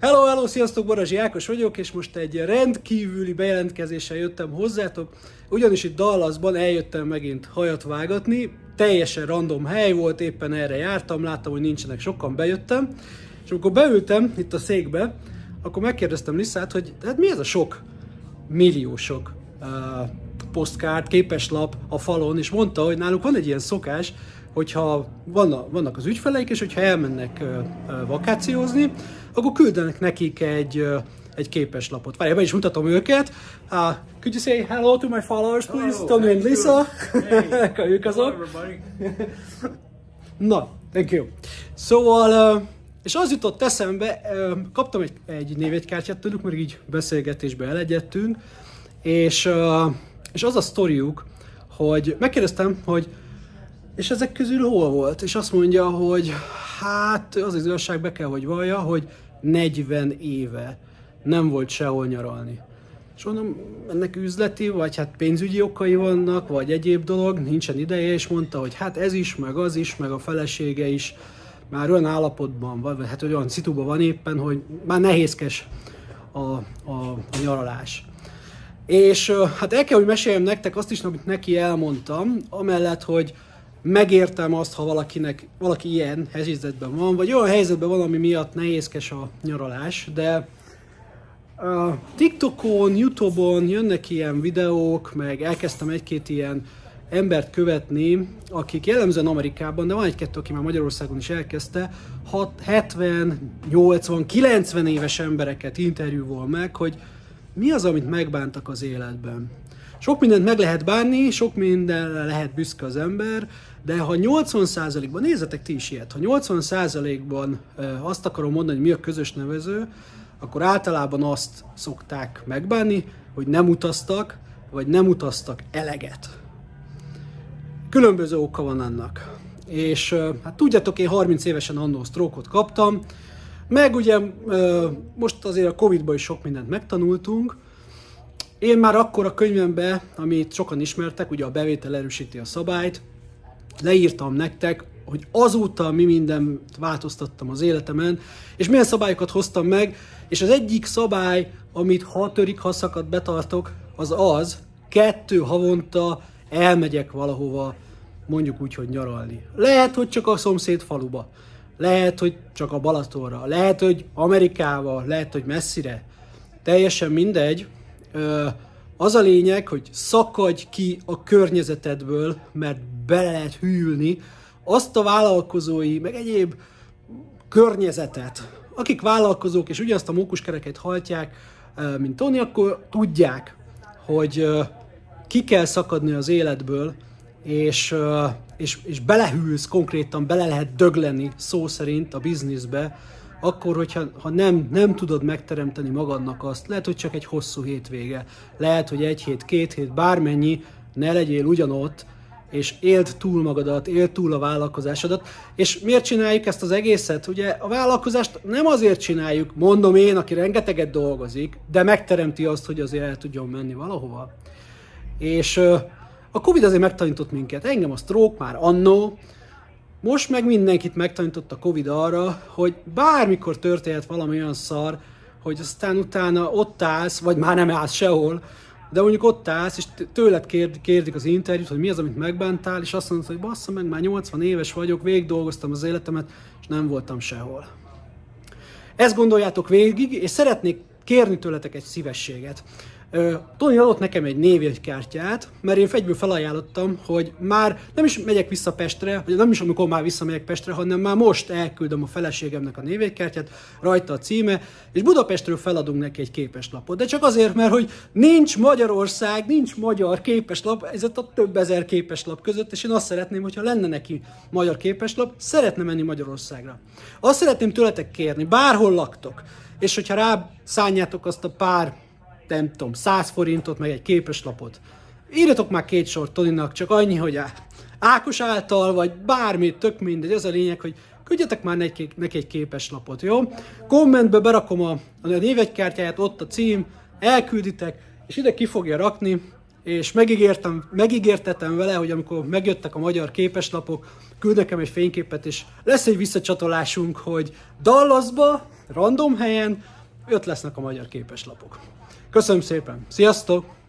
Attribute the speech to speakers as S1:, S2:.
S1: Hello, hello, sziasztok, Barazsi Ákos vagyok, és most egy rendkívüli bejelentkezéssel jöttem hozzátok, ugyanis itt Dallasban eljöttem megint hajat vágatni, teljesen random hely volt, éppen erre jártam, láttam, hogy nincsenek sokan, bejöttem, és amikor beültem itt a székbe, akkor megkérdeztem Liszát, hogy hát mi ez a sok milliósok posztkárt, képeslap a falon, és mondta, hogy náluk van egy ilyen szokás, hogyha vannak az ügyfeleik, és hogyha elmennek vakációzni, akkor küldenek nekik egy képeslapot. Várjál, be is mutatom őket. Could you say hello to my followers, please?
S2: Hello,
S1: Tony and Lisa.
S2: Hey.
S1: Ők azok.
S2: Hello, everybody.
S1: Na, thank you. Szóval, és az jutott eszembe, kaptam egy névjegykártyát tőlük, mert így beszélgetésbe elegyedtünk, és az a sztoriuk, hogy megkérdeztem, hogy és ezek közül hol volt? És azt mondja, hogy hát az igazság, be kell, hogy vallja, hogy 40 éve nem volt sehol nyaralni. És mondom, ennek üzleti, vagy hát pénzügyi okai vannak, vagy egyéb dolog, nincsen ideje, és mondta, hogy hát ez is, meg az is, meg a felesége is már olyan állapotban van, vagy hát olyan szituban van éppen, hogy már nehézkes a nyaralás. És hát el kell, hogy meséljem nektek azt is, amit neki elmondtam, amellett, hogy megértem azt, ha valaki ilyen helyzetben van, vagy olyan helyzetben van, ami miatt nehézkes a nyaralás, de TikTokon, YouTube-on jönnek ilyen videók, meg elkezdtem egy-két ilyen embert követni, akik jellemzően Amerikában, de van egy-kettő, aki már Magyarországon is elkezdte, 70, 80, 90 éves embereket interjúvol meg, hogy mi az, amit megbántak az életben. Sok mindent meg lehet bánni, sok mindenre lehet büszke az ember, de ha 80%-ban, nézzetek ti is ilyet, ha 80%-ban azt akarom mondani, hogy mi a közös nevező, akkor általában azt szokták megbánni, hogy nem utaztak, vagy nem utaztak eleget. Különböző oka van annak. És hát tudjátok, én 30 évesen annó stroke-ot kaptam, meg ugye most azért a Covid-ban is sok mindent megtanultunk. Én már akkor a könyvemben, amit sokan ismertek, ugye a bevétel erősíti a szabályt, leírtam nektek, hogy azóta mi mindent változtattam az életemen, és milyen szabályokat hoztam meg, és az egyik szabály, amit ha törik, ha szakad, betartok, az 2 havonta elmegyek valahova, mondjuk úgy, hogy nyaralni. Lehet, hogy csak a szomszéd faluba, lehet, hogy csak a Balatonra, lehet, hogy Amerikába, lehet, hogy messzire. Teljesen mindegy. Az a lényeg, hogy szakadj ki a környezetedből, mert bele lehet hűlni azt a vállalkozói, meg egyéb környezetet, akik vállalkozók és ugyanazt a mókuskereket hajtják, mint Tony, akkor tudják, hogy ki kell szakadni az életből, és belehűlsz, konkrétan bele lehet dögleni szó szerint a bizniszbe, akkor, hogyha nem tudod megteremteni magadnak azt, lehet, hogy csak egy hosszú hétvége, lehet, hogy 1 hét, 2 hét, bármennyi, ne legyél ugyanott, és éld túl magadat, éld túl a vállalkozásodat. És miért csináljuk ezt az egészet? Ugye a vállalkozást nem azért csináljuk, mondom én, aki rengeteget dolgozik, de megteremti azt, hogy azért el tudjon menni valahova. És a Covid azért megtanított minket, engem a stroke már annó, most meg mindenkit megtanított a Covid arra, hogy bármikor történhet valami olyan szar, hogy aztán utána ott állsz, vagy már nem állsz sehol, de mondjuk ott állsz, és tőled kérdik az interjút, hogy mi az, amit megbántál, és azt mondod, hogy bassza meg, már 80 éves vagyok, végig dolgoztam az életemet, és nem voltam sehol. Ezt gondoljátok végig, és szeretnék kérni tőletek egy szívességet. Tony adott nekem egy névjegykártyát, mert én egyből felajánlottam, hogy már nem is megyek vissza Pestre, vagy nem is amikor már visszamegyek Pestre, hanem már most elküldöm a feleségemnek a névjegykártyát, rajta a címe, és Budapestről feladunk neki egy képeslapot. De csak azért, mert hogy nincs Magyarország, nincs magyar képeslap, ez a több ezer képeslap között, és én azt szeretném, hogyha lenne neki magyar képeslap, szeretne menni Magyarországra. Azt szeretném tőletek kérni, bárhol laktok, és hogyha rá szánjátok azt a pár, nem tudom, 100 forintot, meg egy képeslapot. Írjatok már 2 sort Tonynak, csak annyi, hogy Ákos által, vagy bármi, tök mindegy. Az a lényeg, hogy küldjetek már neki egy képeslapot, jó? Kommentbe berakom a névjegykártyáját, ott a cím, elkülditek, és ide ki fogja rakni, és megígértetem vele, hogy amikor megjöttek a magyar képeslapok, küld nekem egy fényképet, és lesz egy visszacsatolásunk, hogy Dallasba, random helyen, ott lesznek a magyar képeslapok. Köszönöm szépen, sziasztok!